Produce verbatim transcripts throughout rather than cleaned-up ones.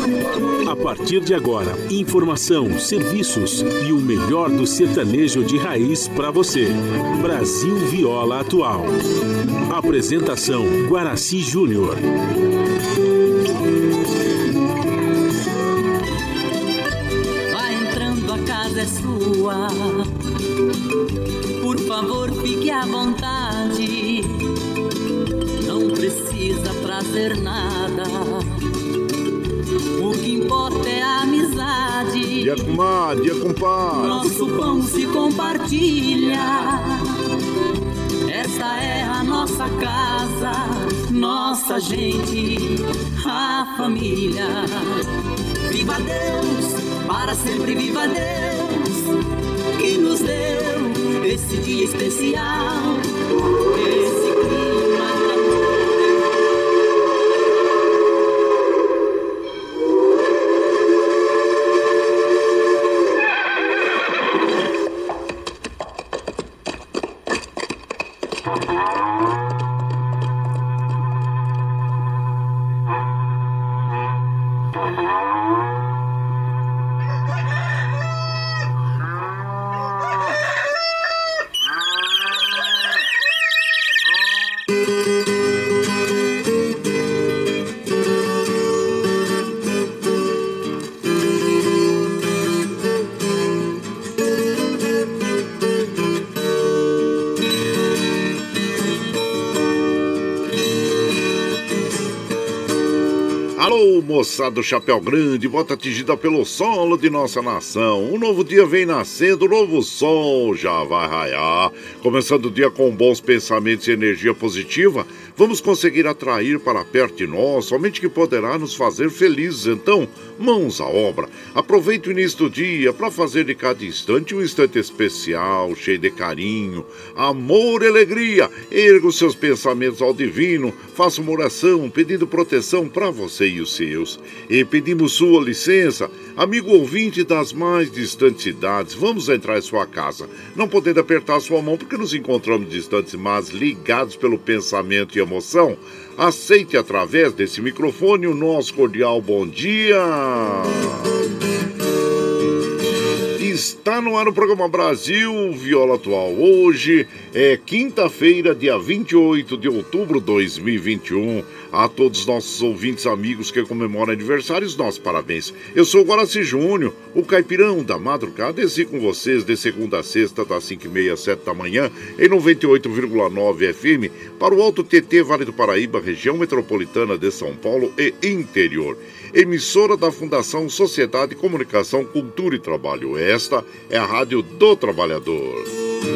A partir de agora, informação, serviços e o melhor do sertanejo de raiz para você. Brasil Viola Atual. Apresentação Guaraci Júnior. Vai entrando, a casa é sua. Por favor, fique à vontade. Não precisa trazer nada. O que importa é a amizade. Dia comadre, dia compadre. Nosso pão se compartilha. Esta é a nossa casa, nossa gente, a família. Viva Deus, para sempre viva Deus, que nos deu esse dia especial, esse clima de amor. Moçada do Chapéu Grande, bota atingida pelo solo de nossa nação. Um novo dia vem nascendo, um novo sol já vai raiar. Começando o dia com bons pensamentos e energia positiva, vamos conseguir atrair para perto de nós somente que poderá nos fazer felizes. Então, mãos à obra. Aproveite o início do dia para fazer de cada instante um instante especial, cheio de carinho, amor e alegria. Erga os seus pensamentos ao divino, faça uma oração pedindo proteção para você e os seus. E pedimos sua licença, amigo ouvinte das mais distantes cidades, vamos entrar em sua casa, não podendo apertar sua mão porque nos encontramos distantes, mas ligados pelo pensamento e emoção. Aceite através desse microfone o nosso cordial bom dia. Está no ar o programa Brasil Viola Atual. Hoje é quinta-feira, dia vinte e oito de outubro de dois mil e vinte e um. A todos os nossos ouvintes amigos que comemoram aniversários, nossos parabéns. Eu sou o Guaraci Júnior, o caipirão da madrugada, e com vocês de segunda a sexta, das cinco e meia às sete da manhã, em noventa e oito vírgula nove F M, para o Alto T T, Vale do Paraíba, região metropolitana de São Paulo e interior. Emissora da Fundação Sociedade, Comunicação, Cultura e Trabalho. Esta é a Rádio do Trabalhador.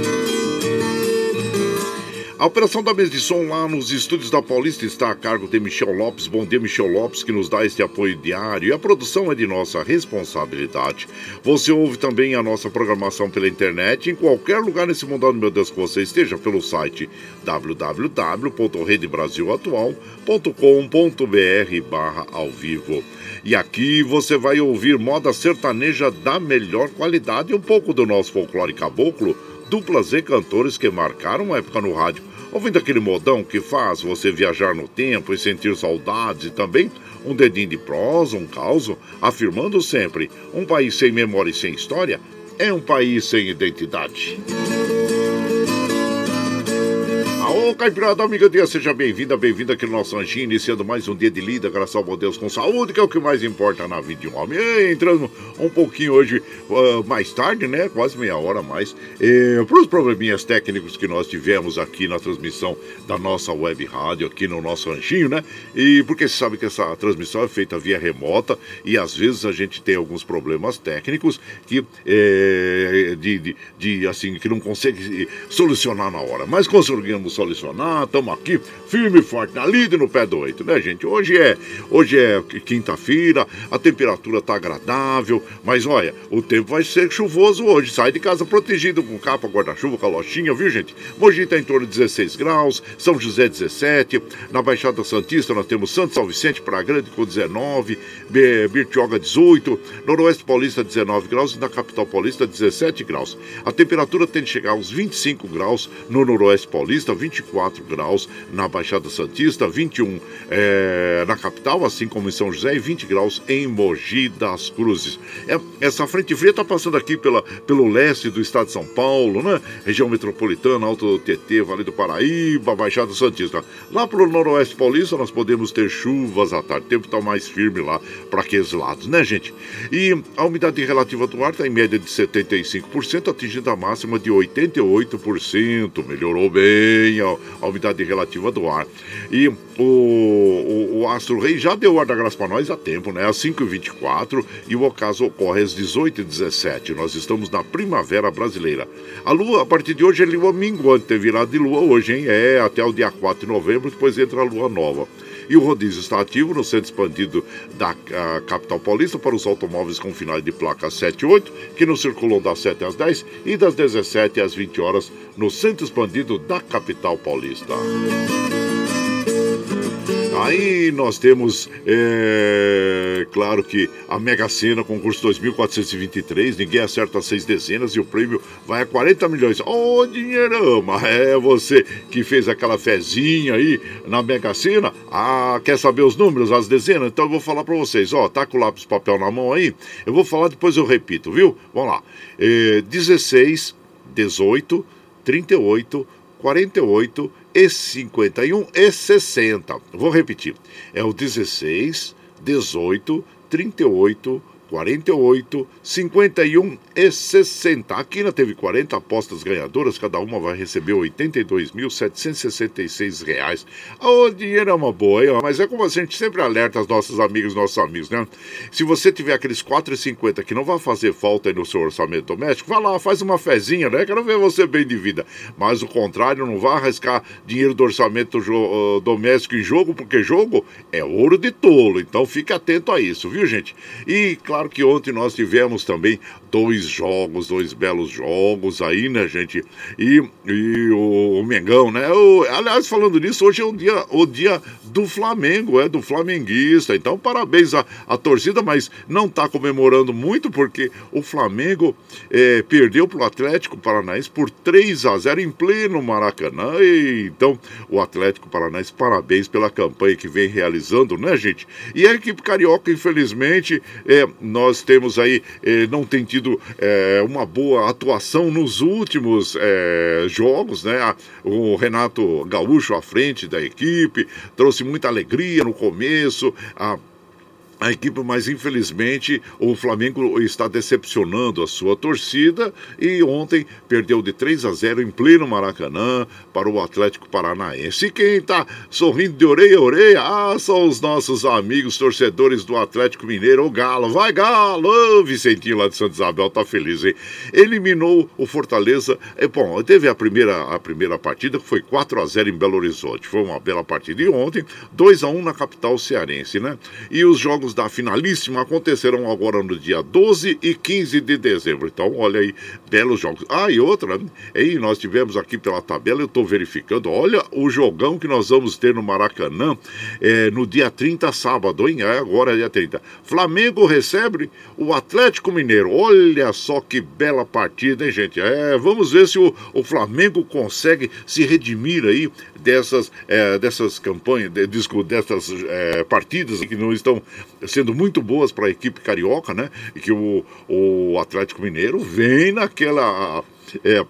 A operação da mesa de som lá nos estúdios da Paulista está a cargo de Michel Lopes. Bom dia, Michel Lopes, que nos dá este apoio diário. E a produção é de nossa responsabilidade. Você ouve também a nossa programação pela internet, em qualquer lugar nesse mundão, meu Deus, que você esteja, pelo site w w w ponto rede brasil atual ponto com ponto b r barra ao vivo. E aqui você vai ouvir moda sertaneja da melhor qualidade e um pouco do nosso folclore caboclo, duplas e cantores que marcaram uma época no rádio, ouvindo aquele modão que faz você viajar no tempo e sentir saudades, e também um dedinho de prosa, um caos, afirmando sempre: um país sem memória e sem história é um país sem identidade. Ô, Caipirada, amiga dia, seja bem-vinda, bem-vinda aqui no nosso anjinho, iniciando mais um dia de lida, graças ao bom Deus, com saúde, que é o que mais importa na vida de um homem. E entrando um pouquinho hoje, uh, mais tarde, né, quase meia hora a mais, eh, para os probleminhas técnicos que nós tivemos aqui na transmissão da nossa web rádio, aqui no nosso anjinho, né, e porque você sabe que essa transmissão é feita via remota, e às vezes a gente tem alguns problemas técnicos que, eh, de, de, de, assim, que não consegue solucionar na hora, mas conseguimos solucionar, estamos aqui firme e forte na lida e no pé do oito, né, gente? Hoje é, hoje é quinta-feira, a temperatura tá agradável, mas olha, o tempo vai ser chuvoso hoje. Sai de casa protegido com capa, guarda-chuva, calochinha, viu, gente? Mogi tá em torno de dezesseis graus, São José dezessete, na Baixada Santista nós temos Santo São Vicente, Praia Grande com dezenove, Bertioga dezoito, Noroeste Paulista dezenove graus e na Capital Paulista dezessete graus. A temperatura tende a chegar aos vinte e cinco graus no Noroeste Paulista, vinte e quatro graus na Baixada Santista, vinte e um é, na capital, assim como em São José, e vinte graus em Mogi das Cruzes. É, essa frente fria está passando aqui pela, pelo leste do estado de São Paulo, né? Região metropolitana, Alto Tietê, Vale do Paraíba, Baixada Santista. Lá para o noroeste paulista nós podemos ter chuvas à tarde, o tempo está mais firme lá para aqueles lados, né, gente? E a umidade relativa do ar está em média de setenta e cinco por cento, atingindo a máxima de oitenta e oito por cento. Melhorou bem a, a umidade relativa do ar. E o, o, o Astro Rei já deu ar da graça para nós há tempo, né? Às cinco e vinte e quatro, e o ocaso ocorre às dezoito e dezessete. Nós estamos na primavera brasileira. A lua, a partir de hoje, é lua minguante, tem virado de lua hoje, hein? É, até o dia quatro de novembro, depois entra a lua nova. E o rodízio está ativo no centro expandido da a, capital paulista para os automóveis com finais de placa sete e oito, que não circulam das sete às dez e das dezessete às vinte horas no centro expandido da capital paulista. Aí nós temos, é, claro que a Mega Sena, concurso dois mil quatrocentos e vinte e três, ninguém acerta seis dezenas e o prêmio vai a quarenta milhões. Ô, oh, dinheirama! É você que fez aquela fezinha aí na Mega Sena. Ah, quer saber os números, as dezenas? Então eu vou falar pra vocês. Ó, tá com o lápis e papel na mão aí? Eu vou falar, depois eu repito, viu? Vamos lá. É, dezesseis, dezoito, trinta e oito, quarenta e oito e cinquenta e um e sessenta. Vou repetir. É o dezesseis, dezoito, trinta e oito, quarenta e oito, cinquenta e um e sessenta. A Quina teve quarenta apostas ganhadoras, cada uma vai receber oitenta e dois mil setecentos e sessenta e seis reais. O dinheiro é uma boa, hein? Mas é como a gente sempre alerta os nossos amigos, nossos amigos, né? Se você tiver aqueles quatro e cinquenta que não vai fazer falta aí no seu orçamento doméstico, vai lá, faz uma fezinha, né? Quero ver você bem de vida. Mas o contrário, não vai arriscar dinheiro do orçamento uh, doméstico em jogo, porque jogo é ouro de tolo. Então fique atento a isso, viu, gente? E, claro, Claro que ontem nós tivemos também dois jogos, dois belos jogos aí, né, gente? E, e o, o Mengão, né? O, aliás, falando nisso, hoje é o dia, o dia do Flamengo, é do flamenguista. Então, parabéns à, à torcida, mas não está comemorando muito porque o Flamengo é, perdeu para o Atlético Paranaense por três a zero em pleno Maracanã. E, então, o Atlético Paranaense, parabéns pela campanha que vem realizando, né, gente? E a equipe carioca, infelizmente, é, nós temos aí, eh, não tem tido eh, uma boa atuação nos últimos eh, jogos, né? O Renato Gaúcho à frente da equipe trouxe muita alegria no começo, a A equipe, mas infelizmente o Flamengo está decepcionando a sua torcida e ontem perdeu de três a zero em pleno Maracanã para o Atlético Paranaense. E quem está sorrindo de orelha a orelha, ah, são os nossos amigos torcedores do Atlético Mineiro, o Galo. Vai, Galo! O Vicentinho lá de Santa Isabel tá feliz, hein? Eliminou o Fortaleza. É, bom, teve a primeira, a primeira partida que foi quatro a zero em Belo Horizonte. Foi uma bela partida. E ontem, dois a um na capital cearense, né? E os jogos da finalíssima acontecerão agora no dia doze e quinze de dezembro. Então, olha aí, belos jogos. Ah, e outra, aí nós tivemos aqui pela tabela, eu estou verificando, olha o jogão que nós vamos ter no Maracanã é, no dia trinta, sábado, hein? É, agora é dia trinta. Flamengo recebe o Atlético Mineiro. Olha só que bela partida, hein, gente? É, vamos ver se o, o Flamengo consegue se redimir aí dessas, é, dessas campanhas, de, dessas é, partidas que não estão sendo muito boas para a equipe carioca, né? E que o, o Atlético Mineiro vem naquela é,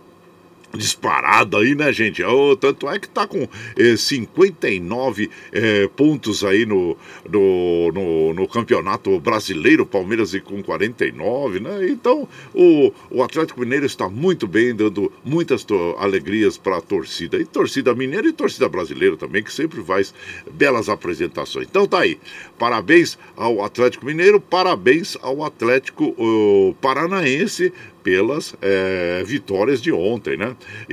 disparada aí, né, gente? Oh, tanto é que tá com eh, cinquenta e nove eh, pontos aí no, no, no, no Campeonato Brasileiro, Palmeiras e com quarenta e nove, né? Então, o, o Atlético Mineiro está muito bem, dando muitas to- alegrias para a torcida. E torcida mineira e torcida brasileira também, que sempre faz belas apresentações. Então tá aí. Parabéns ao Atlético Mineiro, parabéns ao Atlético uh, Paranaense pelas é, vitórias de ontem, né?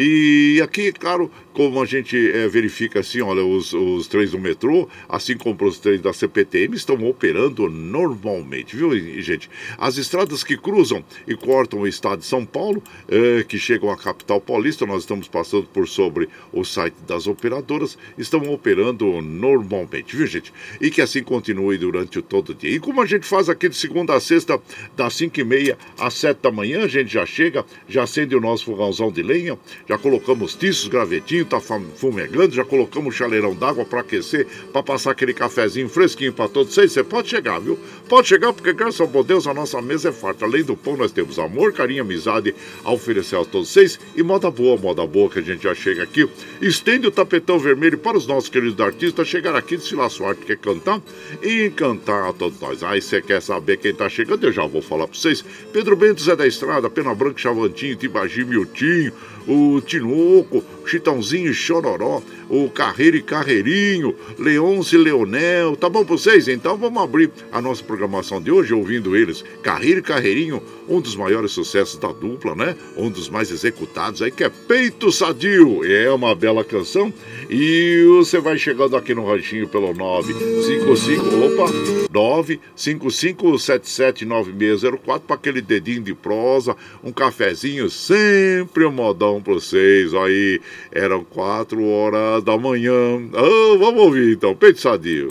E aqui, claro, como a gente é, verifica assim, olha, os, os trens do metrô, assim como os trens da C P T M, estão operando normalmente, viu, gente? As estradas que cruzam e cortam o estado de São Paulo, é, que chegam à capital paulista, nós estamos passando por sobre o site das operadoras, estão operando normalmente, viu, gente? E que assim continue durante todo o dia. E como a gente faz aqui de segunda a sexta, das cinco e meia às sete da manhã, a gente já chega, já acende o nosso fogãozão de lenha, já colocamos tiços, gravetinhos, fogãozinho tá fumegando, já colocamos o chaleirão d'água para aquecer, para passar aquele cafezinho fresquinho para todos vocês. Você pode chegar, viu? Pode chegar, porque graças ao bom Deus a nossa mesa é farta. Além do pão, nós temos amor, carinho, amizade a oferecer a todos vocês. E moda boa, moda boa, que a gente já chega aqui. Estende o tapetão vermelho para os nossos queridos artistas chegar aqui, desfilar sua arte, quer cantar e encantar a todos nós. Aí você quer saber quem tá chegando? Eu já vou falar para vocês. Pedro Bento, Zé da Estrada, Pena Branca, Chavantinho, Tibagi, Miltinho, o Tinoco, Chitãozinho e Chororó, o Carreiro e Carreirinho, Leonce e Leonel. Tá bom pra vocês? Então vamos abrir a nossa programação de hoje ouvindo eles. Carreiro e Carreirinho, um dos maiores sucessos da dupla, né? Um dos mais executados aí, que é Peito Sadio. É uma bela canção. E você vai chegando aqui no ranchinho pelo nove cinco cinco, opa, nove cinco cinco sete sete nove seis zero quatro para aquele dedinho de prosa, um cafezinho, sempre um modão pra vocês. Aí, eram quatro horas da manhã. Oh, vamos ouvir então, Peito Sadio.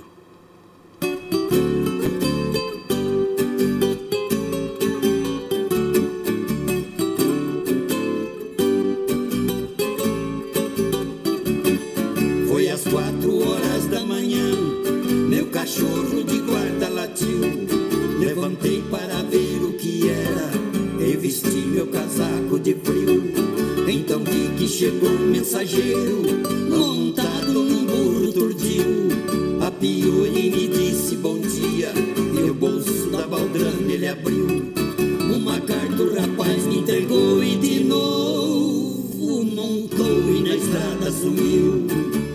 Foi às quatro horas da manhã, meu cachorro de guarda latiu. Levantei para ver o que era e vesti meu casaco de frio. Então vi que chegou um mensageiro montado num burro turdio. Apiou e me disse bom dia, e o bolso da baldrana ele abriu. Uma carta o rapaz me entregou e de novo montou e na estrada sumiu.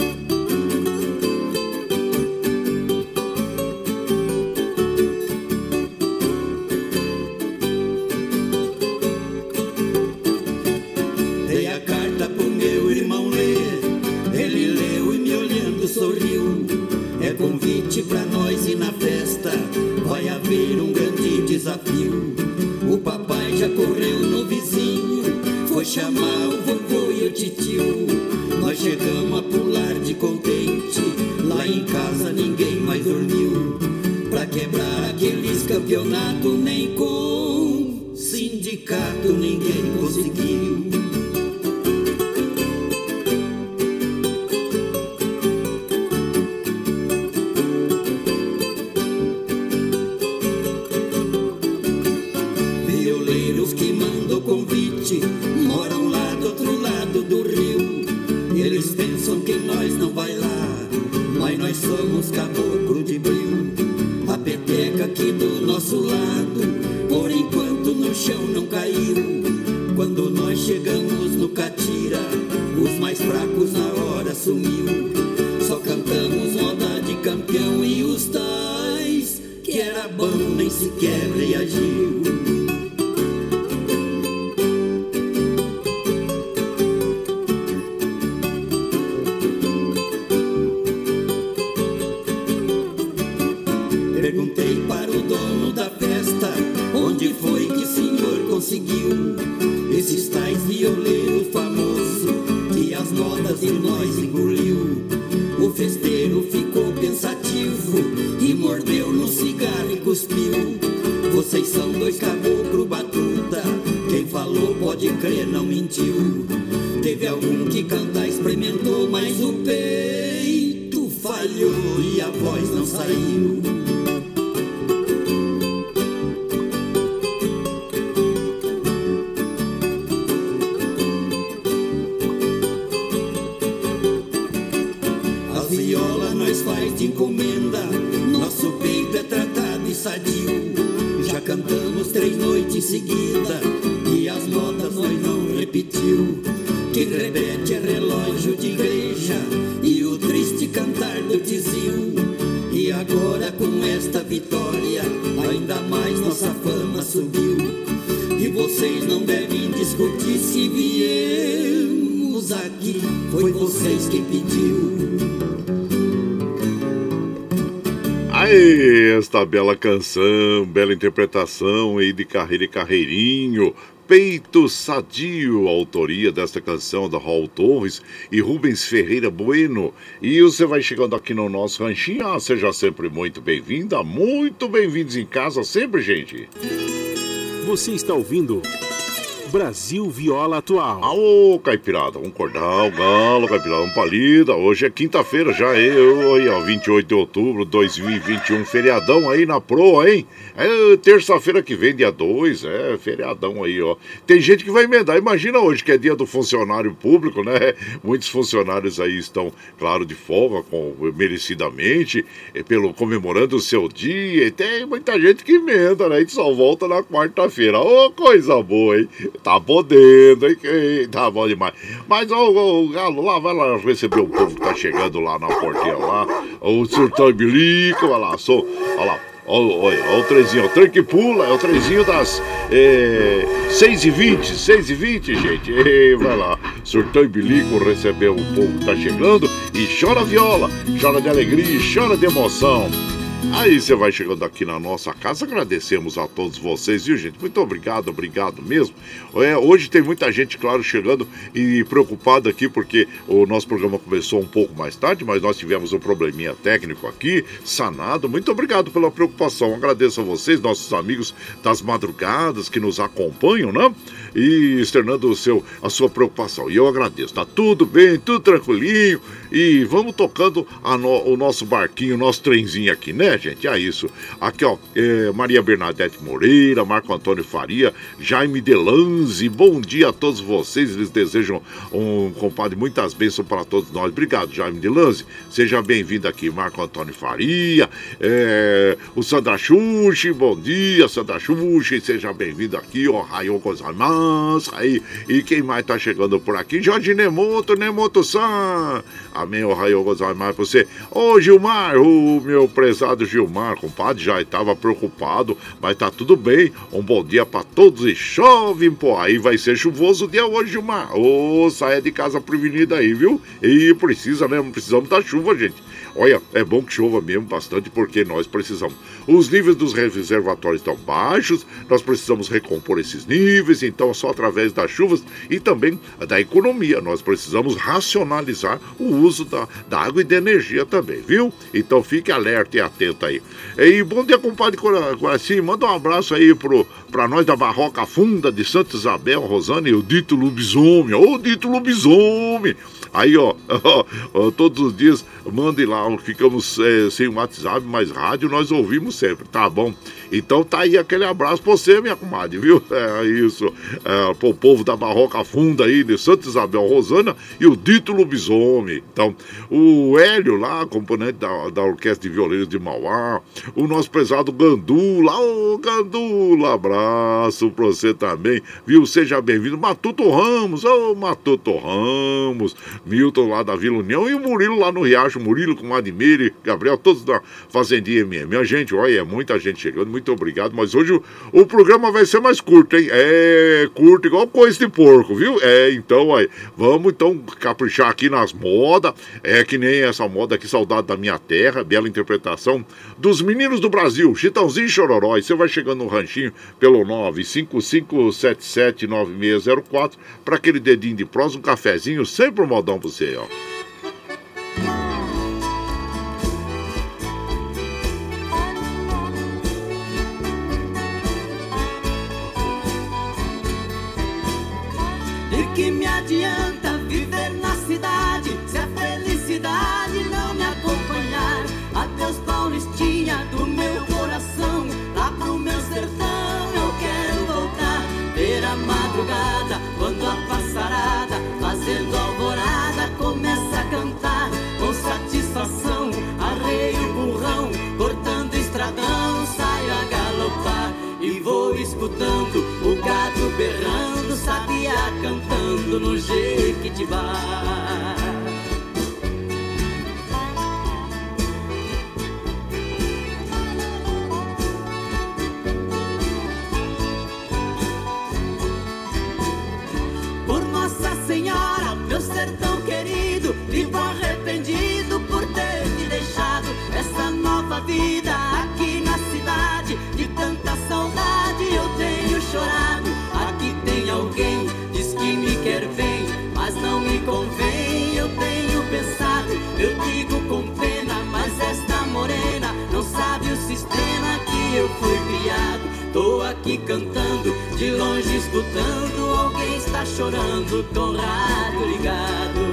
Sorriu, é convite pra nós ir na festa, vai haver um grande desafio. O papai já correu no vizinho, foi chamar o vovô e o titio. Nós chegamos a pular de contente, lá em casa ninguém mais dormiu. Pra quebrar aqueles campeonatos, nem com sindicato ninguém conseguiu. Moram lá do outro lado do rio. Eles pensam que nós não vai lá, mas nós somos caboclo de bril. A peteca aqui do nosso lado, por enquanto no chão não caiu. Quando nós chegamos no Catira, os mais fracos na hora sumiu. Só cantamos moda de campeão e os tais que era bom nem sequer reagiu. Perguntei para o dono da festa, onde foi que o senhor conseguiu esses tais violeiros famosos que as modas de nós engoliu. O festeiro ficou pensativo e mordeu no cigarro e cuspiu. Vocês são dois caboclo batuta, quem falou pode crer não mentiu. Teve algum que cantar experimentou, mas o peito falhou e a voz não saiu. De encomenda, nosso peito é tratado e sadio. Já cantamos três noites em seguida e as modas nós não repetiu. Que rebete é relógio de igreja e o triste cantar do tizil. E agora com esta vitória ainda mais nossa fama subiu. E vocês não devem discutir se viemos aqui, foi vocês quem pediu. Aí, esta bela canção, bela interpretação aí de Carreiro e Carreirinho, Peito Sadio, a autoria desta canção da Raul Torres e Rubens Ferreira Bueno. E você vai chegando aqui no nosso ranchinho, ah, seja sempre muito bem-vinda, muito bem-vindos em casa sempre, gente. Você está ouvindo Brasil Viola Atual. Aô, Caipirada, um cordal, galo, Caipirada, um palida. Hoje é quinta-feira já, eu, aí, ó, vinte e oito de outubro de dois mil e vinte e um, feriadão aí na proa, hein? É terça-feira que vem, dia dois, é feriadão aí, ó. Tem gente que vai emendar, imagina hoje que é dia do funcionário público, né? Muitos funcionários aí estão, claro, de folga, com, merecidamente, pelo, comemorando o seu dia, e tem muita gente que emenda, né? A gente só volta na quarta-feira. Ô, oh, coisa boa, hein? Tá podendo, hein? Tá bom demais. Mas, ó, oh, o Galo, lá, vai lá receber o povo que tá chegando lá na porteira lá. O Surtão e Bilico, olha lá, sou, olha lá. Olha, olha o trezinho, o trem que pula, é o trezinho das é, seis e vinte, seis e vinte, gente. E vai lá, Surtão e Bilico recebeu o povo que tá chegando e chora viola, chora de alegria e chora de emoção. Aí você vai chegando aqui na nossa casa, agradecemos a todos vocês, viu, gente? Muito obrigado, obrigado mesmo. É, hoje tem muita gente, claro, chegando e preocupada aqui, porque o nosso programa começou um pouco mais tarde, mas nós tivemos um probleminha técnico aqui, sanado. Muito obrigado pela preocupação, agradeço a vocês, nossos amigos das madrugadas que nos acompanham, né? E externando o seu, a sua preocupação. E eu agradeço, tá tudo bem, tudo tranquilinho. E vamos tocando a no, o nosso barquinho, o nosso trenzinho aqui, né, gente? É isso. Aqui, ó, é, Maria Bernadette Moreira, Marco Antônio Faria, Jaime Delanze, bom dia a todos vocês. Eles desejam, um compadre, muitas bênçãos para todos nós. Obrigado, Jaime Delanze. Seja bem-vindo aqui, Marco Antônio Faria, é, o Sandra Xuxi, bom dia, Sandra Xuxi, seja bem-vindo aqui, ó, Raio Gozaimasu. Aí, e quem mais tá chegando por aqui? Jorge Nemoto, Nemoto-san. Amém, o Raio Gozaimasu pra você. Ô, Gilmar, o meu prezado Gilmar, compadre, já estava preocupado, mas tá tudo bem. Um bom dia pra todos e chove, pô. Aí vai ser chuvoso o dia hoje, Gilmar. Ô, saia de casa prevenida aí, viu? E precisa, né? Não precisamos da chuva, gente. Olha, é bom que chova mesmo bastante, porque nós precisamos. Os níveis dos reservatórios estão baixos, nós precisamos recompor esses níveis, então só através das chuvas e também da economia. Nós precisamos racionalizar o uso da, da água e da energia também, viu? Então fique alerta e atento aí. E bom dia, compadre Coraci, manda um abraço aí pro, pra nós da Barroca Funda de Santa Isabel, Rosana e o Dito Lobisomem. Ô, Dito Lobisomem! Aí, ó, ó, ó, todos os dias mandem lá, ficamos é, sem WhatsApp, mas rádio nós ouvimos sempre, tá bom? Então tá aí aquele abraço pra você, minha comadre, viu? É isso, é, pro povo da Barroca Funda aí, de Santa Isabel, Rosana e o Dito Lobisomem. Então, o Hélio lá, componente da, da Orquestra de Violeiros de Mauá, o nosso prezado Gandula, ô Gandula, abraço pra você também, viu? Seja bem-vindo, Matuto Ramos, ô Matuto Ramos, Milton lá da Vila União e o Murilo lá no Riacho, Murilo com Admire, Gabriel, todos da Fazendinha M M. Minha gente, olha, é muita gente chegando, muito obrigado, mas hoje o, o programa vai ser mais curto, hein? É curto igual coisa de porco, viu? É, então, olha, vamos então caprichar aqui nas modas, é que nem essa moda aqui, Saudade da Minha Terra, bela interpretação dos Meninos do Brasil, Chitãozinho e Chororó. E você vai chegando no ranchinho pelo nove cinco cinco sete sete nove seis zero quatro para aquele dedinho de prosa, um cafezinho, sempre um modão pra você, ó. De que me adianta viver na cidade se a felicidade não me acompanhar? Adeus, Paulistinha do meu coração, lá pro meu sertão eu quero voltar. Ver a madrugada quando a passarada fazendo alvorada começa a cantar com satisfação. Arreio o burrão, cortando estradão, saio a galopar e vou escutando o gado berrando, sabiá cantando no Jequitibá. Por Nossa Senhora, meu sertão querido, vivo arrependido por ter me deixado essa nova vida aqui na cidade. De tanta saudade eu tenho chorado. Aqui tem alguém, diz que me quer bem, mas não me convém, eu tenho pensado. Eu digo com pena, mas esta morena não sabe o sistema que eu fui criado. tô aqui cantando, de longe escutando, alguém está chorando com o rádio ligado.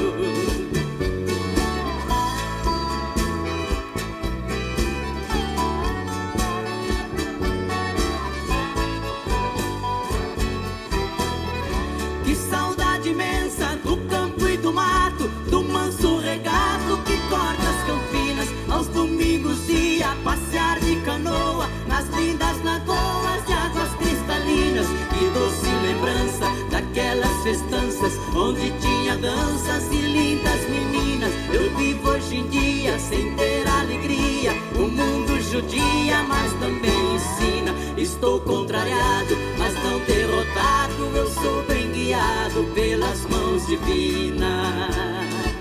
Que saudade imensa do campo e do mato, do manso regato que corta as campinas. Aos domingos ia passear de canoa nas lindas lagoas de águas cristalinas. Que doce lembrança daquelas festanças onde tinha danças e lindas meninas. Eu vivo hoje em dia sem ter alegria, o mundo judia, mas também ensina. Estou contrariado, mas não derrotado, eu sou bem guiado pelas mãos divinas.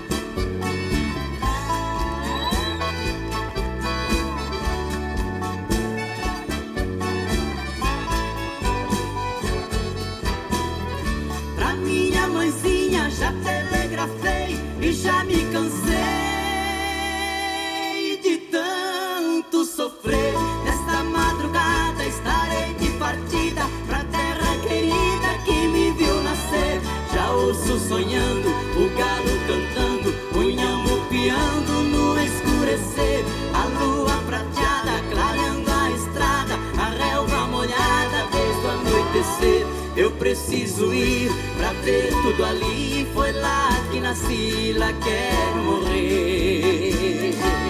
Mãezinha, já telegrafei e já me cansei de tanto sofrer. Nesta madrugada estarei de partida pra terra querida que me viu nascer. Já ouço sonhando, o galo cantando, o inhamo piando no escurecer. A lua prateada clareando a estrada, a relva molhada desde o anoitecer. Eu preciso ir pra ver tudo ali, foi lá que nasci, lá quero morrer.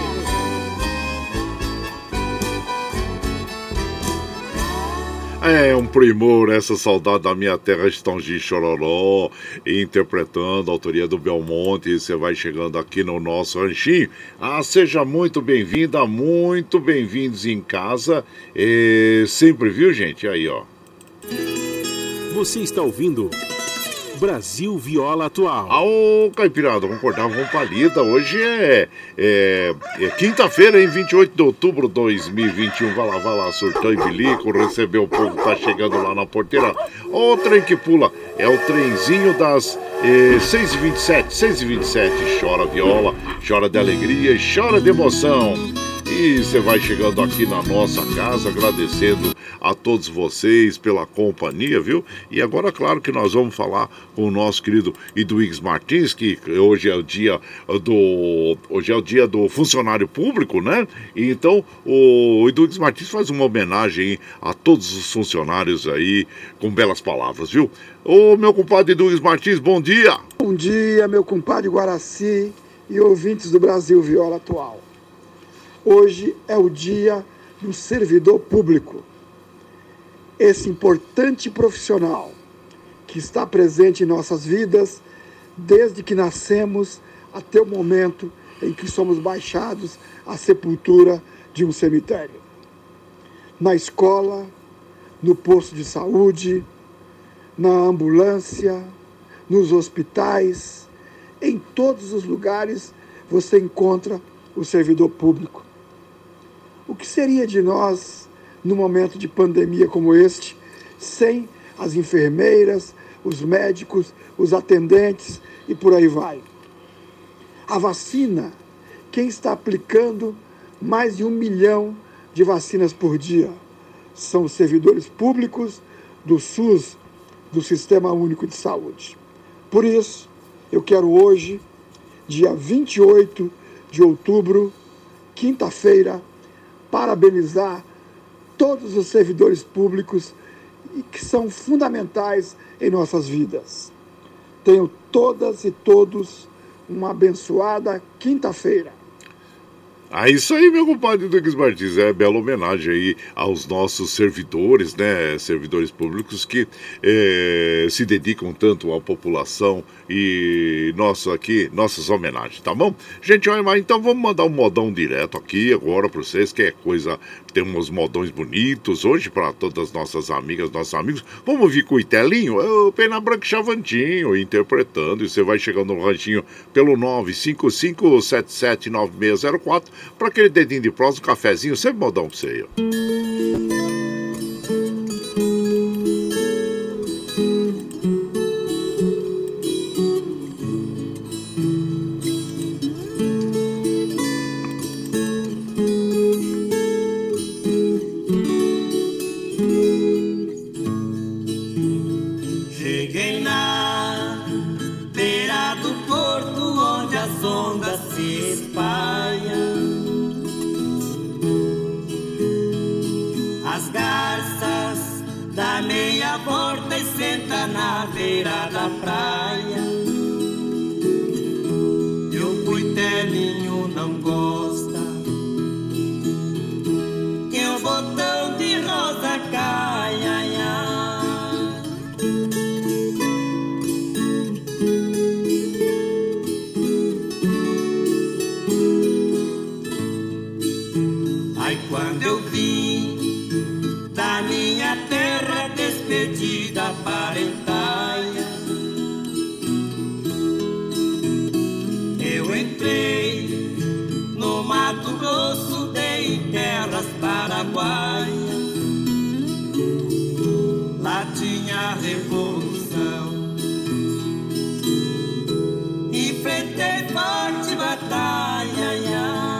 É um primor essa saudade da minha terra, Estãozinho Chororó, interpretando a autoria do Belmonte. Você vai chegando aqui no nosso ranchinho. Ah, seja muito bem-vinda, muito bem-vindos em casa. É, sempre, viu, gente? Aí, ó. Você está ouvindo Brasil Viola Atual. Ô, Caipirada, concordava com palida. Hoje é, é, é quinta-feira, hein? vinte e oito de outubro de dois mil e vinte e um. Vai lá, vai lá, surtão e bilico, recebeu o povo, tá chegando lá na porteira. Ó, o trem que pula, é o trenzinho das é, seis e vinte e sete. seis e vinte e sete, chora viola, chora de alegria e chora de emoção. E você vai chegando aqui na nossa casa, agradecendo a todos vocês pela companhia, viu? E agora, claro que nós vamos falar com o nosso querido Eduígues Martins, que hoje é o dia do hoje é o dia do funcionário público, né? E então o Eduígues Martins faz uma homenagem a todos os funcionários aí, com belas palavras, viu? Ô, meu compadre Eduígues Martins, bom dia! Bom dia, meu compadre Guaraci e ouvintes do Brasil Viola Atual. Hoje é o dia do servidor público. Esse importante profissional que está presente em nossas vidas desde que nascemos até o momento em que somos baixados à sepultura de um cemitério. Na escola, no posto de saúde, na ambulância, nos hospitais, em todos os lugares você encontra o servidor público. O que seria de nós, num momento de pandemia como este, sem as enfermeiras, os médicos, os atendentes e por aí vai? A vacina, quem está aplicando mais de um milhão de vacinas por dia? São os servidores públicos do SUS, do Sistema Único de Saúde. Por isso, eu quero hoje, dia vinte e oito de outubro, quinta-feira, parabenizar todos os servidores públicos que são fundamentais em nossas vidas. Tenham todas e todos uma abençoada quinta-feira. Ah, isso aí, meu compadre Eduígues Martins, é bela homenagem aí aos nossos servidores, né, servidores públicos que é, se dedicam tanto à população e nosso aqui, nossas homenagens, tá bom? Gente, olha, mas então vamos mandar um modão direto aqui agora para vocês, que é coisa, tem uns modões bonitos hoje para todas as nossas amigas, nossos amigos. Vamos vir com o Itelinho, o Pena Branca e Chavantinho, interpretando, e você vai chegando no ranchinho pelo nove cinco cinco sete sete nove seis zero quatro para aquele dedinho de prosa, um cafezinho, sempre modão pra você aí, ó. garças, dá meia volta e senta na beira da praia. E o cuitelinho não gosta que o botão de rosa caia. Ai, ai. Ai, quando eu vim da minha terra despedida parentaia, eu entrei no Mato Grosso, dei em terras paraguaias. Lá tinha revolução, enfrentei forte batalha. Ai, ai.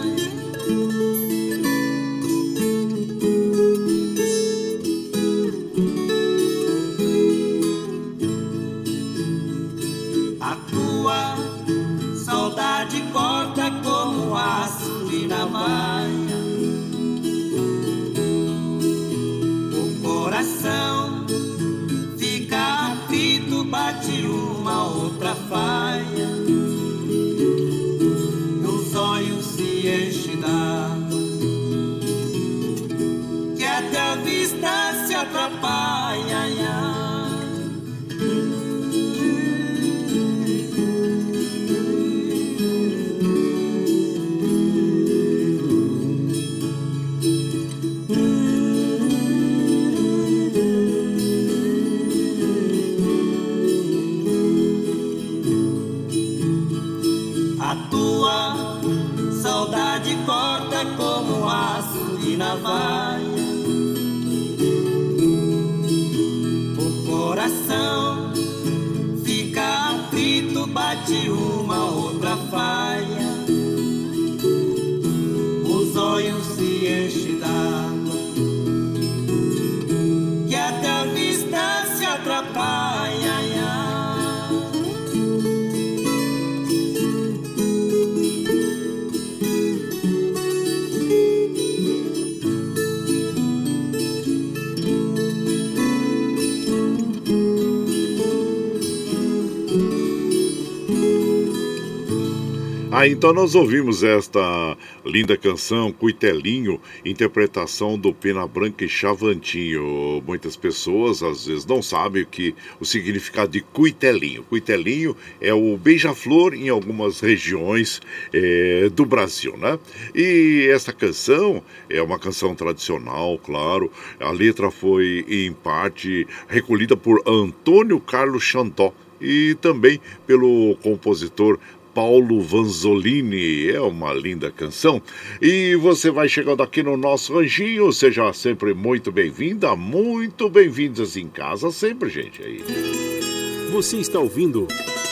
A tua saudade corta como aço de navalha. O coração fica aflito, bate uma outra falha. E os olhos se enchem d'água, que até a vista se atrapalha. Ai, ai. A tua saudade corta como aço de navalha. O coração fica aflito, bate uma outra falha. Os olhos se enchem d'água, que até a vista se atrapalha. Ai, ai. Ah, então nós ouvimos esta linda canção, Cuitelinho, interpretação do Pena Branca e Chavantinho. Muitas pessoas às vezes não sabem o que o significado de cuitelinho. Cuitelinho é o beija-flor em algumas regiões é, do Brasil, né? E essa canção é uma canção tradicional, claro. A letra foi em parte recolhida por Antônio Carlos Chantó e também pelo compositor Paulo Vanzolini. É uma linda canção. E você vai chegando aqui no nosso ranchinho, seja sempre muito bem-vinda, muito bem-vindas em casa sempre, gente. Aí. Você está ouvindo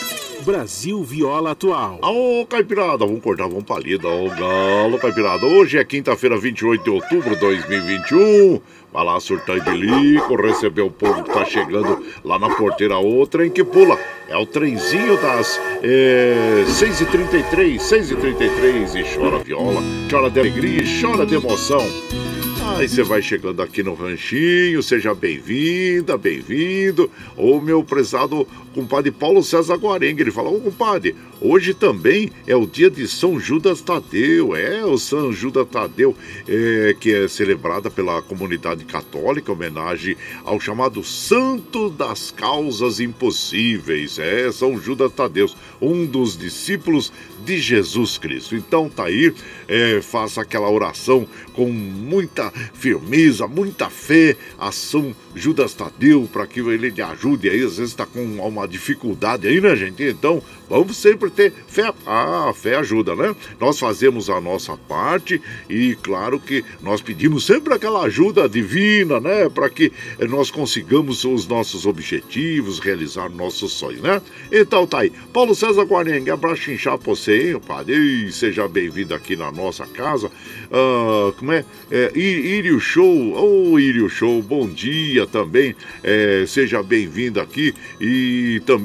Brasil Viola Atual. Ô, Caipirada, vamos cortar, vamos palida. Ô, galo, Caipirada. Hoje é quinta-feira, vinte e oito de outubro de dois mil e vinte e um. Vai lá surtar e bilico, receber o povo que tá chegando lá na porteira. Outra em que pula. É o trenzinho das é, seis e trinta e três, seis e trinta e três. E chora viola, chora de alegria, chora de emoção. Aí você vai chegando aqui no ranchinho, seja bem-vinda, bem-vindo. O meu prezado compadre Paulo César Guarenga, ele fala: ô compadre, hoje também é o dia de São Judas Tadeu. É, o São Judas Tadeu, é, que é celebrada pela comunidade católica, homenagem ao chamado Santo das Causas Impossíveis. É, São Judas Tadeu, um dos discípulos de Jesus Cristo. Então tá aí, é, faça aquela oração com muita firmeza, muita fé a São Judas Tadeu, para que ele lhe ajude aí. Às vezes está com uma dificuldade aí, né, gente? Então vamos sempre ter fé. Ah, a fé ajuda, né? Nós fazemos a nossa parte e claro que nós pedimos sempre aquela ajuda divina, né? Para que nós consigamos os nossos objetivos, realizar nossos sonhos, né? Então tá aí. Paulo César Guarenga, abraço inchado pra você, hein, padre? E seja bem-vindo aqui na nossa casa. Ah, como é? é Írio Show. Ô, oh, Írio Show, bom dia também. É, seja bem-vindo aqui. E também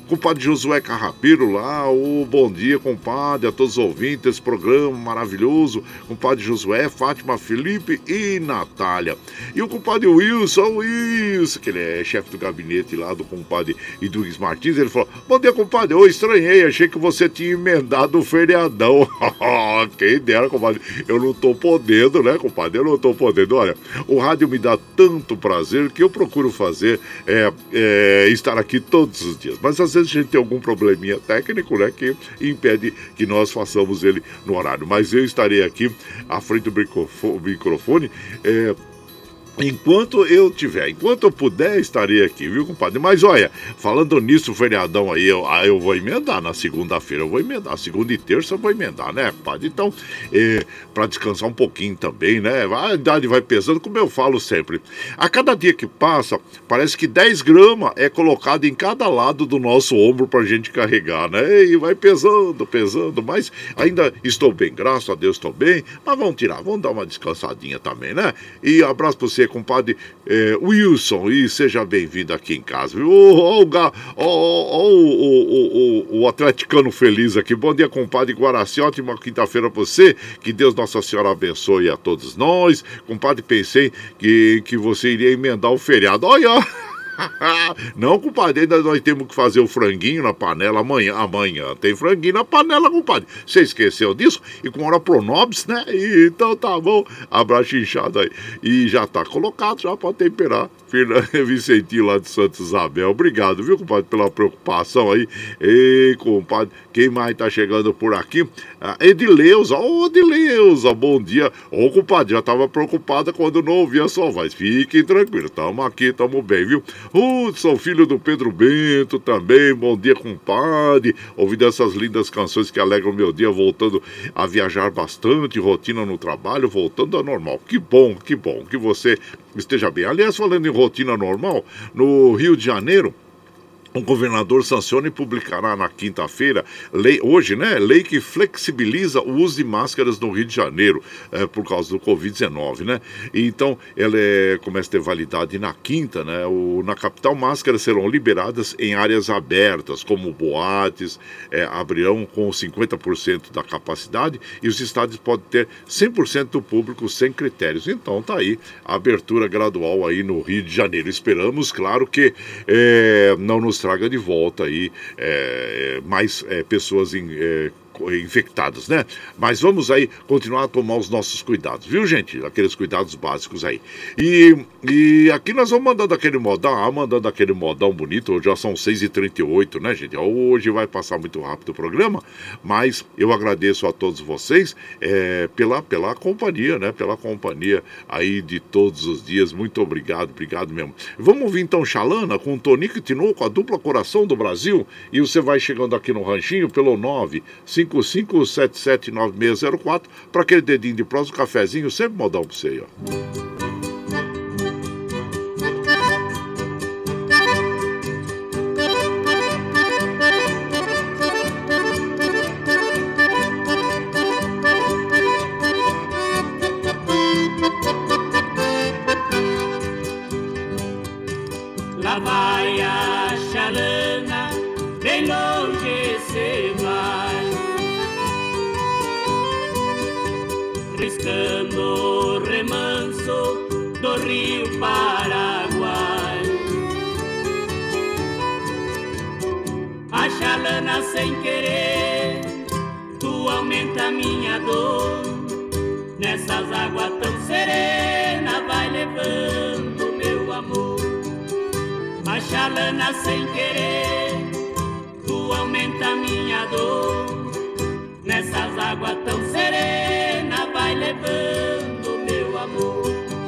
compadre Josué Carrapeiro lá, o bom dia, compadre, a todos os ouvintes desse programa maravilhoso, compadre Josué, Fátima, Felipe e Natália. E o compadre Wilson, Wilson, que ele é chefe do gabinete lá do compadre Idrugues Martins, ele falou, bom dia, compadre, eu estranhei, achei que você tinha emendado o feriadão. Quem dera, compadre, eu não tô podendo, né, compadre, eu não tô podendo. Olha, o rádio me dá tanto prazer que eu procuro fazer, é, é, estar aqui todos os dias, mas às vezes a gente tem algum probleminha técnico, né, que impede que nós façamos ele no horário. Mas eu estarei aqui à frente do microfone, é, enquanto eu tiver, enquanto eu puder, estarei aqui, viu, compadre? Mas olha, falando nisso, o feriadão aí, eu, ah, eu vou emendar na segunda-feira, eu vou emendar, segunda e terça eu vou emendar, né, compadre? Então, é, para descansar um pouquinho também, né? A idade vai pesando, como eu falo sempre. A cada dia que passa, parece que dez gramas é colocado em cada lado do nosso ombro pra gente carregar, né? E vai pesando, pesando, mas ainda estou bem, graças a Deus estou bem, mas vamos tirar, vamos dar uma descansadinha também, né? E abraço pra você, compadre é, Wilson, e seja bem-vindo aqui em casa, viu? Ó, ó, ó, o, o atleticano feliz aqui. Bom dia, compadre Guaraci, ótima quinta-feira pra você, que Deus Nossa Senhora abençoe a todos nós. Compadre, pensei que, que você iria emendar o feriado. Olha, não, compadre, ainda nós temos que fazer o franguinho na panela amanhã. Amanhã tem franguinho na panela, compadre. Você esqueceu disso? E com hora pronobis, né? E, então tá bom. Abraço inchado aí. E já tá colocado, já pode temperar. Vicentinho lá de Santa Isabel. Obrigado, viu, compadre, pela preocupação aí. Ei, compadre, quem mais tá chegando por aqui? Ah, Edileuza, ô, oh, Edileuza, bom dia. Ô, oh, compadre, já tava preocupada quando não ouvia a sua voz. Fiquem tranquilos, tamo aqui, tamo bem, viu? Hudson, filho do Pedro Bento também, bom dia, compadre. Ouvindo essas lindas canções que alegram o meu dia, voltando a viajar bastante, rotina no trabalho, voltando ao normal. Que bom, que bom, que você esteja bem. Aliás, falando em rotina normal, no Rio de Janeiro, o governador sanciona e publicará na quinta-feira, lei, hoje, né, lei que flexibiliza o uso de máscaras no Rio de Janeiro, é, por causa do covid dezenove, né? E então, ela é, começa a ter validade na quinta, né? O, na capital, máscaras serão liberadas em áreas abertas, como boates, é, abrirão com cinquenta por cento da capacidade e os estádios podem ter cem por cento do público sem critérios. Então, tá aí a abertura gradual aí no Rio de Janeiro. Esperamos, claro, que é, não nos traga de volta aí é, mais é, pessoas em, é, infectadas, né? Mas vamos aí continuar a tomar os nossos cuidados, viu, gente? Aqueles cuidados básicos aí. E, e aqui nós vamos mandando aquele modão, ah, mandando aquele modão bonito. Hoje já são seis e trinta e oito, né, gente? Hoje vai passar muito rápido o programa, mas eu agradeço a todos vocês é, pela, pela companhia, né? Pela companhia aí de todos os dias. Muito obrigado, obrigado mesmo. Vamos ouvir então Xalana com o Tonico e Tinoco, a dupla coração do Brasil. E você vai chegando aqui no ranchinho pelo nove cinco cinco sete sete nove seis zero quatro para aquele dedinho de prosa, um cafezinho, sempre modão pra você aí, ó. Lá vai a Xalana, bem longe se vai, riscando o remanso do rio Paraguai. A Xalana sem querer, tu aumenta minha dor, nessas águas tão serenas vai levando meu amor. A Xalana sem querer, tu aumenta minha dor, nessas águas tão serenas vai levando meu amor.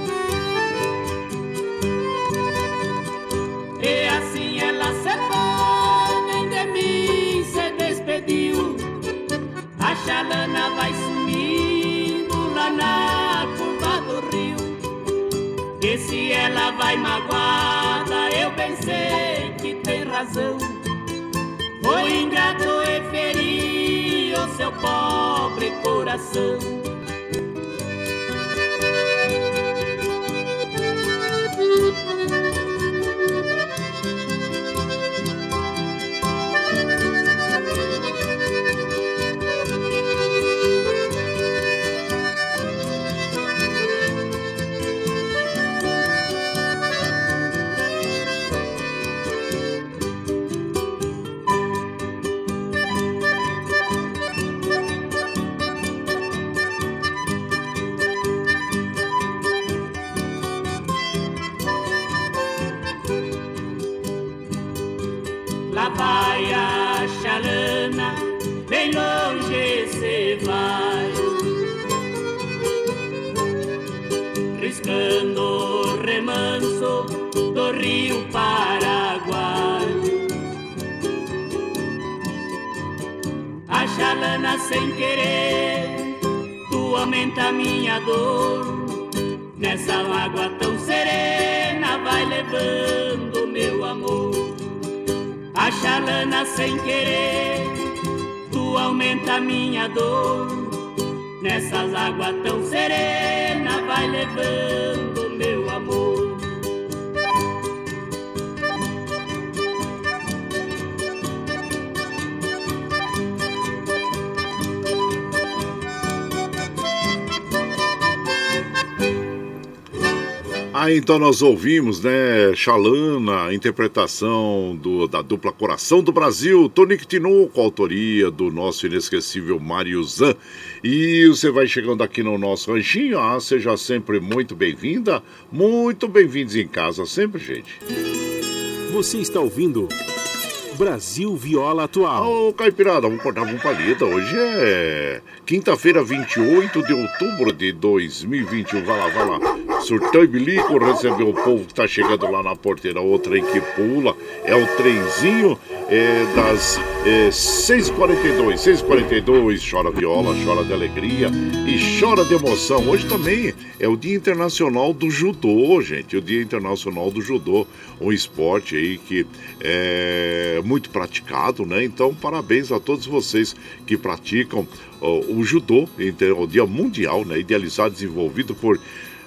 E assim ela se foi, nem de mim se despediu. A Xalana vai sumindo lá na curva do rio. E se ela vai magoada, eu pensei que tem razão. Foi ingrato e feri o seu pobre coração. a baia chalana, bem longe se vai, riscando o remanso do rio Paraguai. A chalana sem querer, tu aumenta minha dor, nessa água tão serena vai levando meu amor. A chalana sem querer, tu aumenta minha dor, nessas águas tão serenas vai levando meu amor. Ah, então nós ouvimos, né, Chalana, interpretação do, da dupla Coração do Brasil, Tonico Tinoco, autoria do nosso inesquecível Mário Zan. E você vai chegando aqui no nosso ranchinho, ah, seja sempre muito bem-vinda, muito bem-vindos em casa sempre, gente. Você está ouvindo Brasil Viola Atual. Ô, Caipirada, vamos cortar uma palheta. Hoje é quinta-feira, vinte e oito de outubro de dois mil e vinte e um. Vai lá, vai lá. Surtão e bilico, recebeu o povo que tá chegando lá na porteira. O trem que pula é o trenzinho é, das é, seis e quarenta e dois. seis e quarenta e dois, chora viola, chora de alegria e chora de emoção. Hoje também é o Dia Internacional do Judô, gente. O Dia Internacional do Judô, um esporte aí que é muito praticado, né? Então, parabéns a todos vocês que praticam ó, o judô, o Dia Mundial, né? Idealizado e desenvolvido por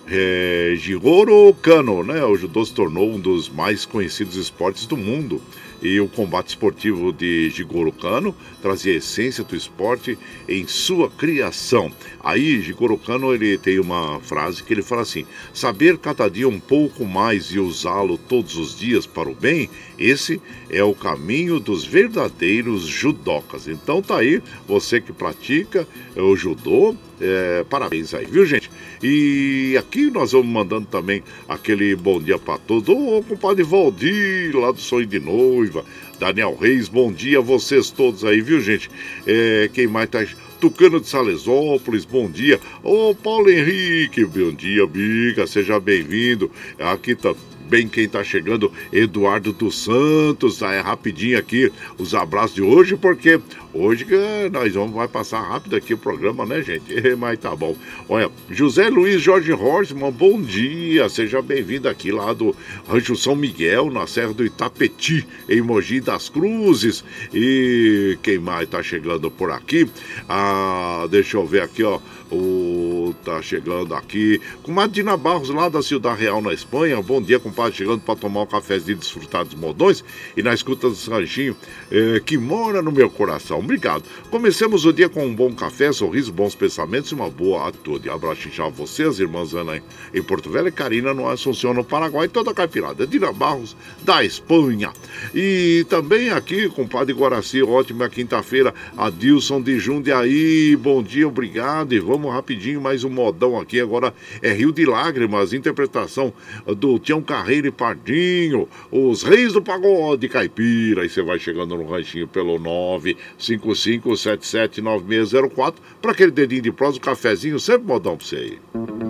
é, Jigoro Kano, né? O judô se tornou um dos mais conhecidos esportes do mundo. E o combate esportivo de Jigoro Kano trazia a essência do esporte em sua criação. Aí, Jigoro Kano, ele tem uma frase que ele fala assim: saber cada dia um pouco mais e usá-lo todos os dias para o bem, esse é o caminho dos verdadeiros judocas. Então tá aí, você que pratica o judô, é, parabéns aí, viu, gente? E aqui nós vamos mandando também aquele bom dia para todos. Ô, compadre Valdir, lá do Sonho de Noiva, Daniel Reis, bom dia a vocês todos aí, viu, gente? É, quem mais tá... Tucano de Salesópolis, bom dia. Ô, Paulo Henrique, bom dia, Bica, seja bem-vindo. Aqui tá bem quem tá chegando, Eduardo dos Santos, tá? É rapidinho aqui os abraços de hoje, porque hoje nós vamos vai passar rápido aqui o programa, né, gente? Mas tá bom. Olha, José Luiz Jorge Horstmann, bom dia, seja bem-vindo aqui lá do Rancho São Miguel, na Serra do Itapetí, em Mogi das Cruzes. E quem mais tá chegando por aqui? Ah, deixa eu ver aqui, ó. O tá chegando aqui com Madina Barros lá da Ciudad Real na Espanha. Bom dia, compadre, chegando para tomar um cafezinho e desfrutar dos modões e na escuta do ranchinho eh, que mora no meu coração. Obrigado. Comecemos o dia com um bom café, sorriso, bons pensamentos e uma boa atitude. Abraço já a você, as irmãs Ana em Porto Velho e Karina no Assunção, no Paraguai, e toda a caipirada. Dina Barros da Espanha. E também aqui, compadre Guaraci, ótima quinta-feira, Adilson de Jundiaí. Bom dia, obrigado e vamos Vamos rapidinho, mais um modão aqui. Agora é Rio de Lágrimas, interpretação do Tião Carreiro e Pardinho, os Reis do Pagode Caipira. E você vai chegando no ranchinho pelo nove cinco cinco sete sete nove seis zero quatro para aquele dedinho de prosa, um cafezinho, sempre modão pra você aí.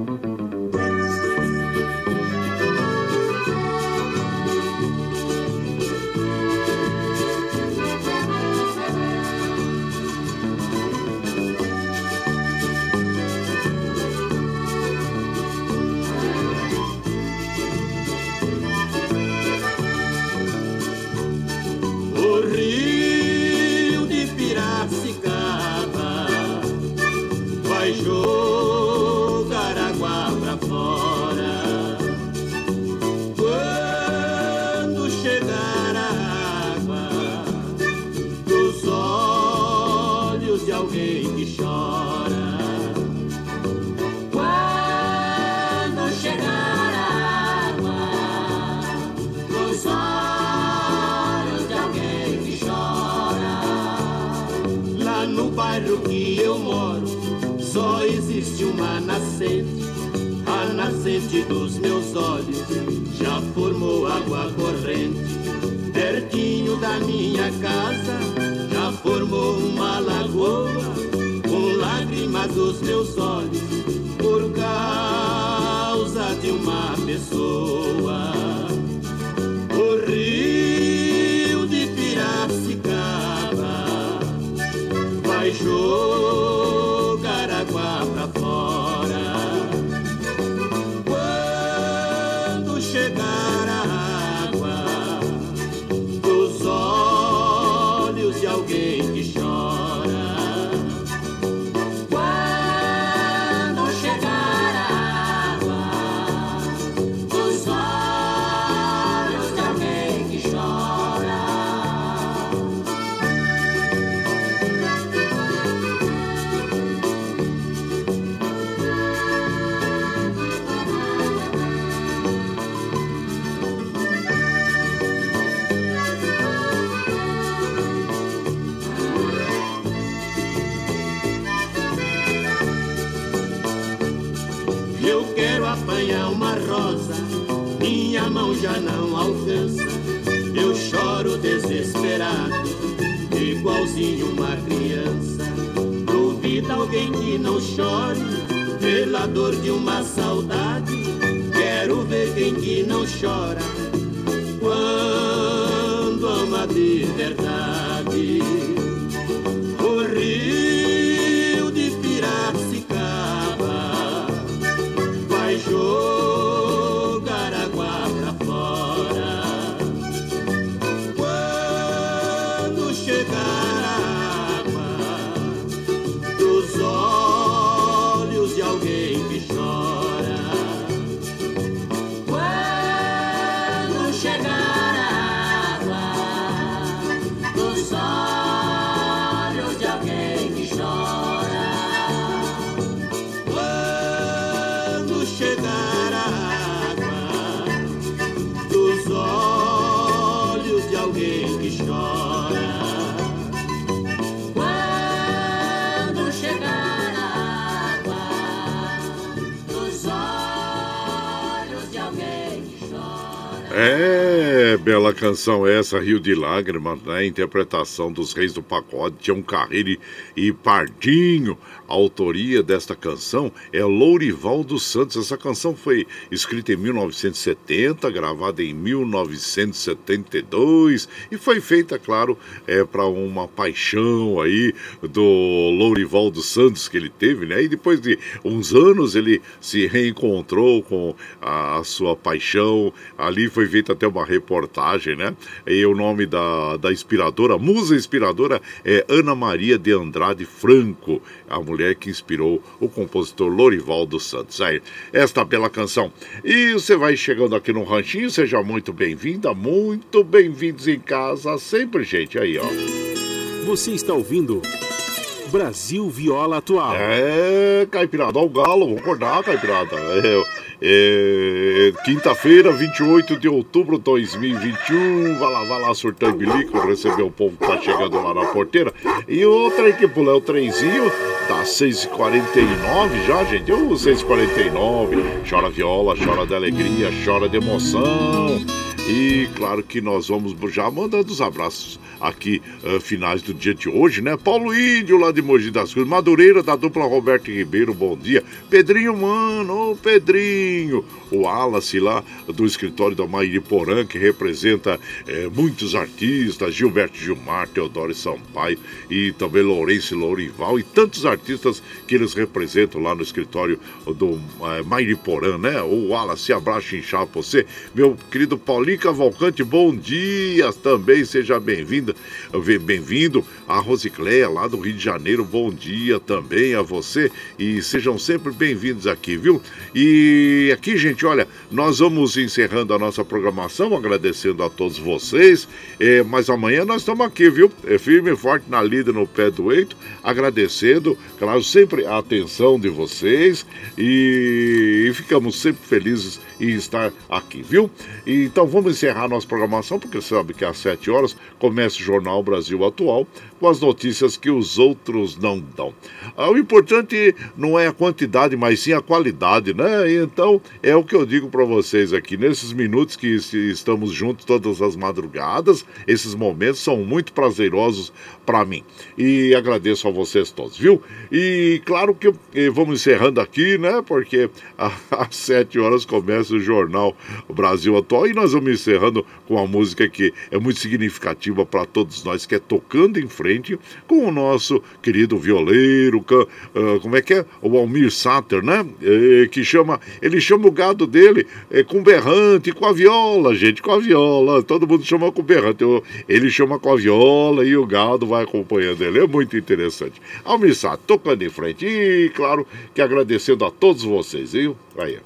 Dos meus olhos já formou água corrente pertinho da minha os meus olhos por causa de uma pessoa. O rio de Piracicaba vai jogar água pra fora. Quando chegar a água dos olhos de alguém que chora. Quando chegar a água dos olhos de alguém que chora. Eu quero apanhar uma rosa, minha mão já não alcança. Eu choro desesperado, igualzinho uma criança. Duvida alguém que não chore pela dor de uma saudade. Quero ver quem que não chora quando ama de verdade. O rio de Piracicaba vai jogar água pra fora. Quando chegar a água dos olhos de alguém que chora. Quando chegar a água dos olhos de alguém que chora. Quando chegar a água dos olhos de alguém que chora. Quando chegar a água dos olhos de alguém que chora. É, bela canção essa, Rio de Lágrimas, né? Interpretação dos Reis do Pagode, Tião Carreiro e- e Pardinho. A autoria desta canção é Lourival dos Santos. Essa canção foi escrita em mil novecentos e setenta, gravada em mil novecentos e setenta e dois e foi feita, claro, é, para uma paixão aí do Lourival dos Santos que ele teve, né? E depois de uns anos ele se reencontrou com a sua paixão. Ali foi feita até uma reportagem, né? E o nome da, da inspiradora, a musa inspiradora, é Ana Maria de Andrade Franco, a mulher que inspirou o compositor Lourival dos Santos. Aí, esta bela canção. E você vai chegando aqui no Ranchinho, seja muito bem-vinda, muito bem-vindos em casa, sempre, gente. Aí, ó. Você está ouvindo Brasil Viola Atual. É, Caipirada, ao galo, vamos acordar, Caipirada. É, é, quinta-feira, vinte e oito de outubro de dois mil e vinte e um. Vai lá, vai lá, surtando bilico, receber o povo que tá chegando lá na porteira. E o trem que pula é o trenzinho, tá seis e quarenta e nove já, gente. O seis e quarenta e nove. Chora viola, chora de alegria, chora de emoção. E claro que nós vamos já mandando os abraços aqui, uh, finais do dia de hoje, né? Paulo Índio, lá de Mogi das Cruzes, Madureira, da dupla Roberto Ribeiro, bom dia. Pedrinho, mano, ô Pedrinho. O Wallace, lá do escritório da Mairiporã, que representa eh, muitos artistas, Gilberto Gilmar, Teodoro Sampaio e também Lourenço Lourival e tantos artistas que eles representam lá no escritório do eh, Mairiporã, né? O Wallace, abraço inchado pra você. Meu querido Paulinho Cavalcante, bom dia também, seja bem-vinda, bem-vindo. A Rosicléia, lá do Rio de Janeiro, bom dia também a você e sejam sempre bem-vindos aqui, viu? E aqui, gente, olha, nós vamos encerrando a nossa programação, agradecendo a todos vocês, é, mas amanhã nós estamos aqui, viu? É firme e forte na lida, no pé do eito, agradecendo, claro, sempre a atenção de vocês e, e ficamos sempre felizes em estar aqui, viu? E, então vamos vamos encerrar a nossa programação, porque você sabe que às sete horas começa o Jornal Brasil Atual, com as notícias que os outros não dão. Ah, o importante não é a quantidade, mas sim a qualidade, né? Então, é o que eu digo para vocês aqui, nesses minutos que estamos juntos todas as madrugadas, esses momentos são muito prazerosos para mim. E agradeço a vocês todos, viu? E claro que vamos encerrando aqui, né? Porque às sete horas começa o Jornal Brasil Atual e nós vamos encerrando com uma música que é muito significativa para todos nós, que é Tocando em Frente, com o nosso querido violeiro, como é que é? O Almir Sater, né? Que chama, ele chama o gado dele com berrante, com a viola, gente, com a viola. Todo mundo chama com berrante. Ele chama com a viola e o gado vai acompanhando ele. É muito interessante. Almir Sater, tocando em frente. E claro que agradecendo a todos vocês, viu? Aí.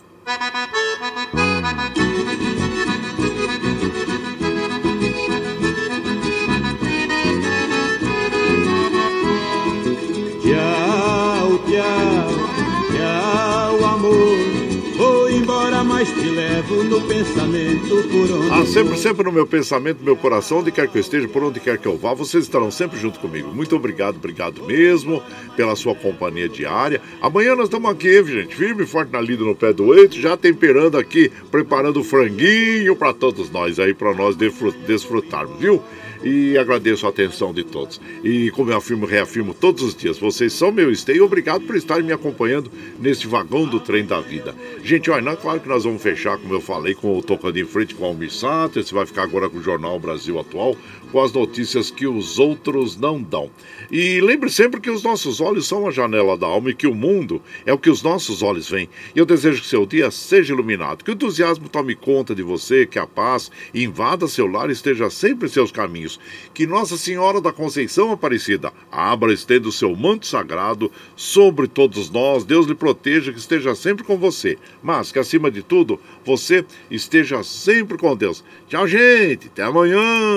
Tchau, tchau, tchau, amor. Vou embora, mas te levo no pensamento por onde Ah, sempre, sempre no meu pensamento, no meu coração, onde quer que eu esteja, por onde quer que eu vá, vocês estarão sempre junto comigo. Muito obrigado, obrigado mesmo pela sua companhia diária. Amanhã nós estamos aqui, gente, firme e forte na lida no pé do eito, já temperando aqui, preparando o franguinho para todos nós aí, para nós desfrutarmos, viu? E agradeço a atenção de todos. E como eu afirmo, reafirmo todos os dias, vocês são meu esteio e obrigado por estarem me acompanhando neste vagão do trem da vida. Gente, olha, não é claro que nós vamos fechar, como eu falei, com o Tocando em Frente com o Almir Sater. Você vai ficar agora com o Jornal Brasil Atual, com as notícias que os outros não dão. E lembre sempre que os nossos olhos são a janela da alma e que o mundo é o que os nossos olhos veem. E eu desejo que seu dia seja iluminado, que o entusiasmo tome conta de você, que a paz invada seu lar e esteja sempre em seus caminhos. Que Nossa Senhora da Conceição Aparecida abra e estenda o seu manto sagrado sobre todos nós. Deus lhe proteja, que esteja sempre com você. Mas que, acima de tudo, você esteja sempre com Deus. Tchau, gente. Até amanhã.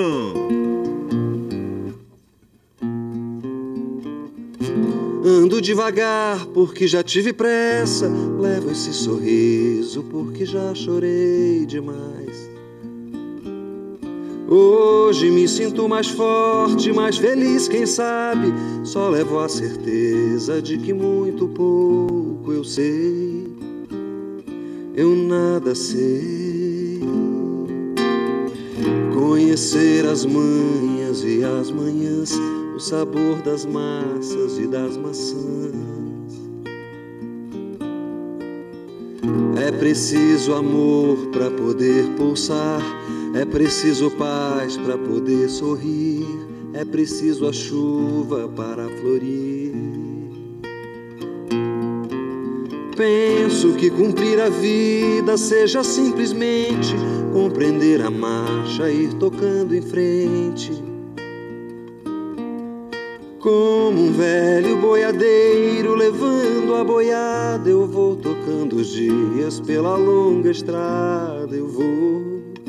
Ando devagar porque já tive pressa. Levo esse sorriso porque já chorei demais. Hoje me sinto mais forte, mais feliz, quem sabe. Só levo a certeza de que muito pouco eu sei. Eu nada sei. Conhecer as manhas e as manhãs, o sabor das massas e das maçãs. É preciso amor para poder pulsar. É preciso paz para poder sorrir. É preciso a chuva para florir. Penso que cumprir a vida seja simplesmente compreender a marcha, ir tocando em frente. Como um velho boiadeiro levando a boiada, eu vou tocando os dias pela longa estrada. Eu vou,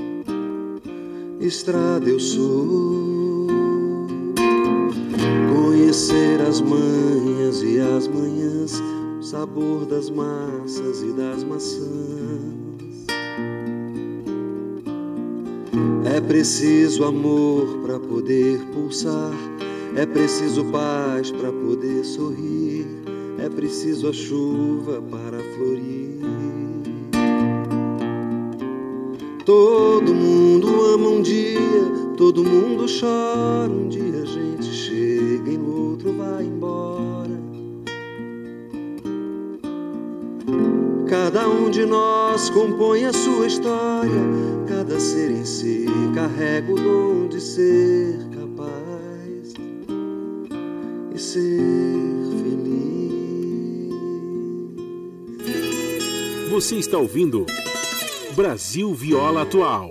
estrada eu sou. Conhecer as manhas e as manhãs, o sabor das massas e das maçãs. É preciso amor para poder pulsar. É preciso paz para poder sorrir. É preciso a chuva para florir. Todo mundo ama um dia, todo mundo chora. Um dia a gente chega e no outro vai embora. Cada um de nós compõe a sua história. Cada ser em si carrega o dom de ser capaz e ser feliz. Você está ouvindo Brasil Viola Atual.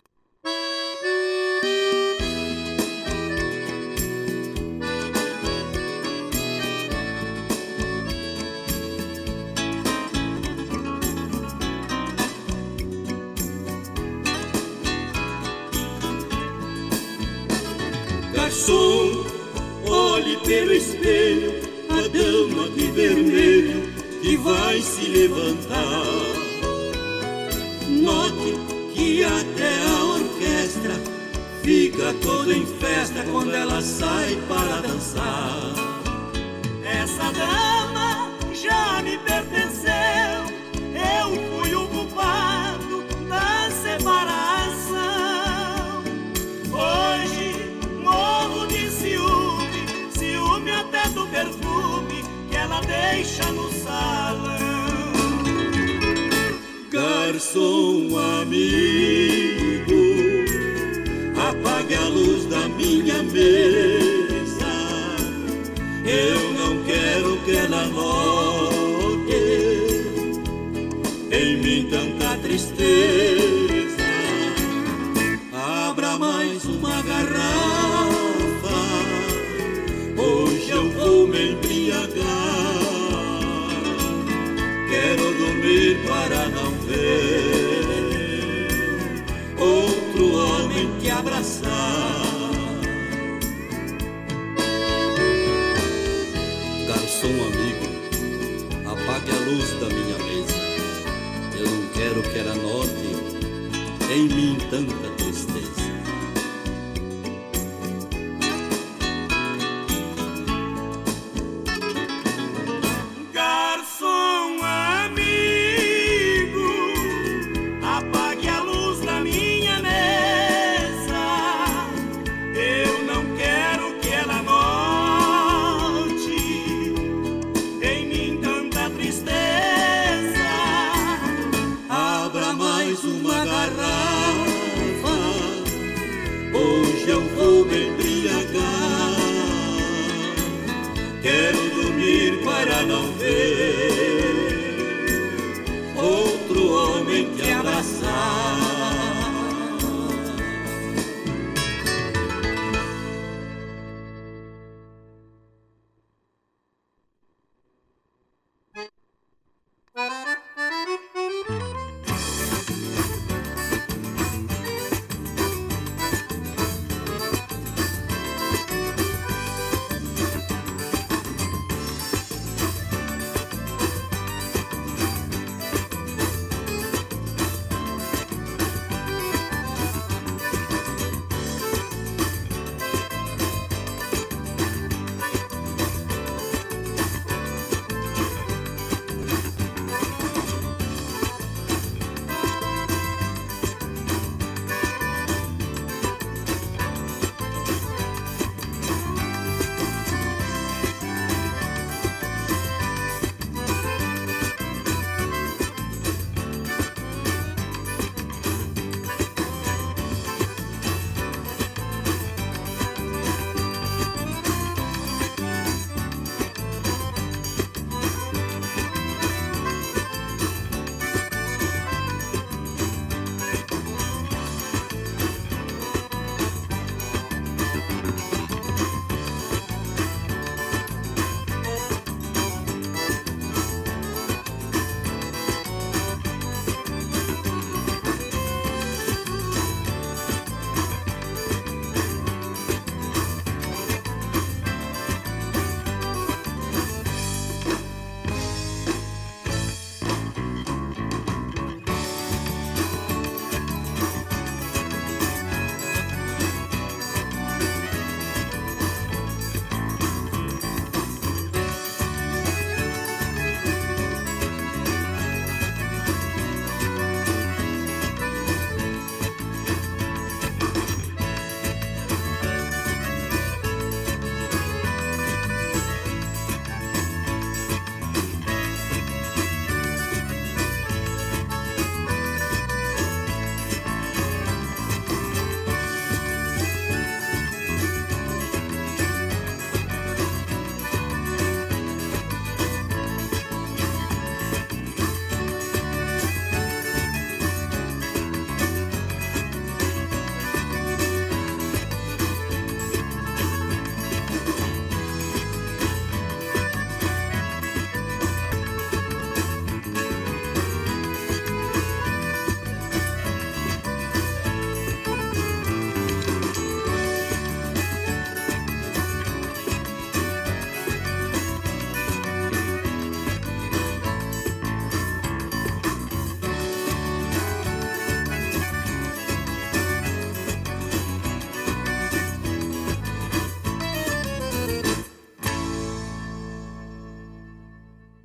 Garçom, olhe pelo espelho a dama de vermelho que vai se levantar. Note que até a hora em festa quando ela sai para dançar. Essa dama já me pertenceu, eu fui o culpado da separação. Hoje morro de ciúme, ciúme até do perfume que ela deixa no salão. Garçom amigo, apague a luz da minha mesa. Eu não quero que ela note em mim tanta tristeza. Abra mais uma garrafa, hoje eu vou me embriagar. Quero dormir para não ver outro homem te abraçar. Garçom amigo, apague a luz da minha mesa. Eu não quero que ela note em mim tanta tristeza. Para não ver outro homem te abraçar.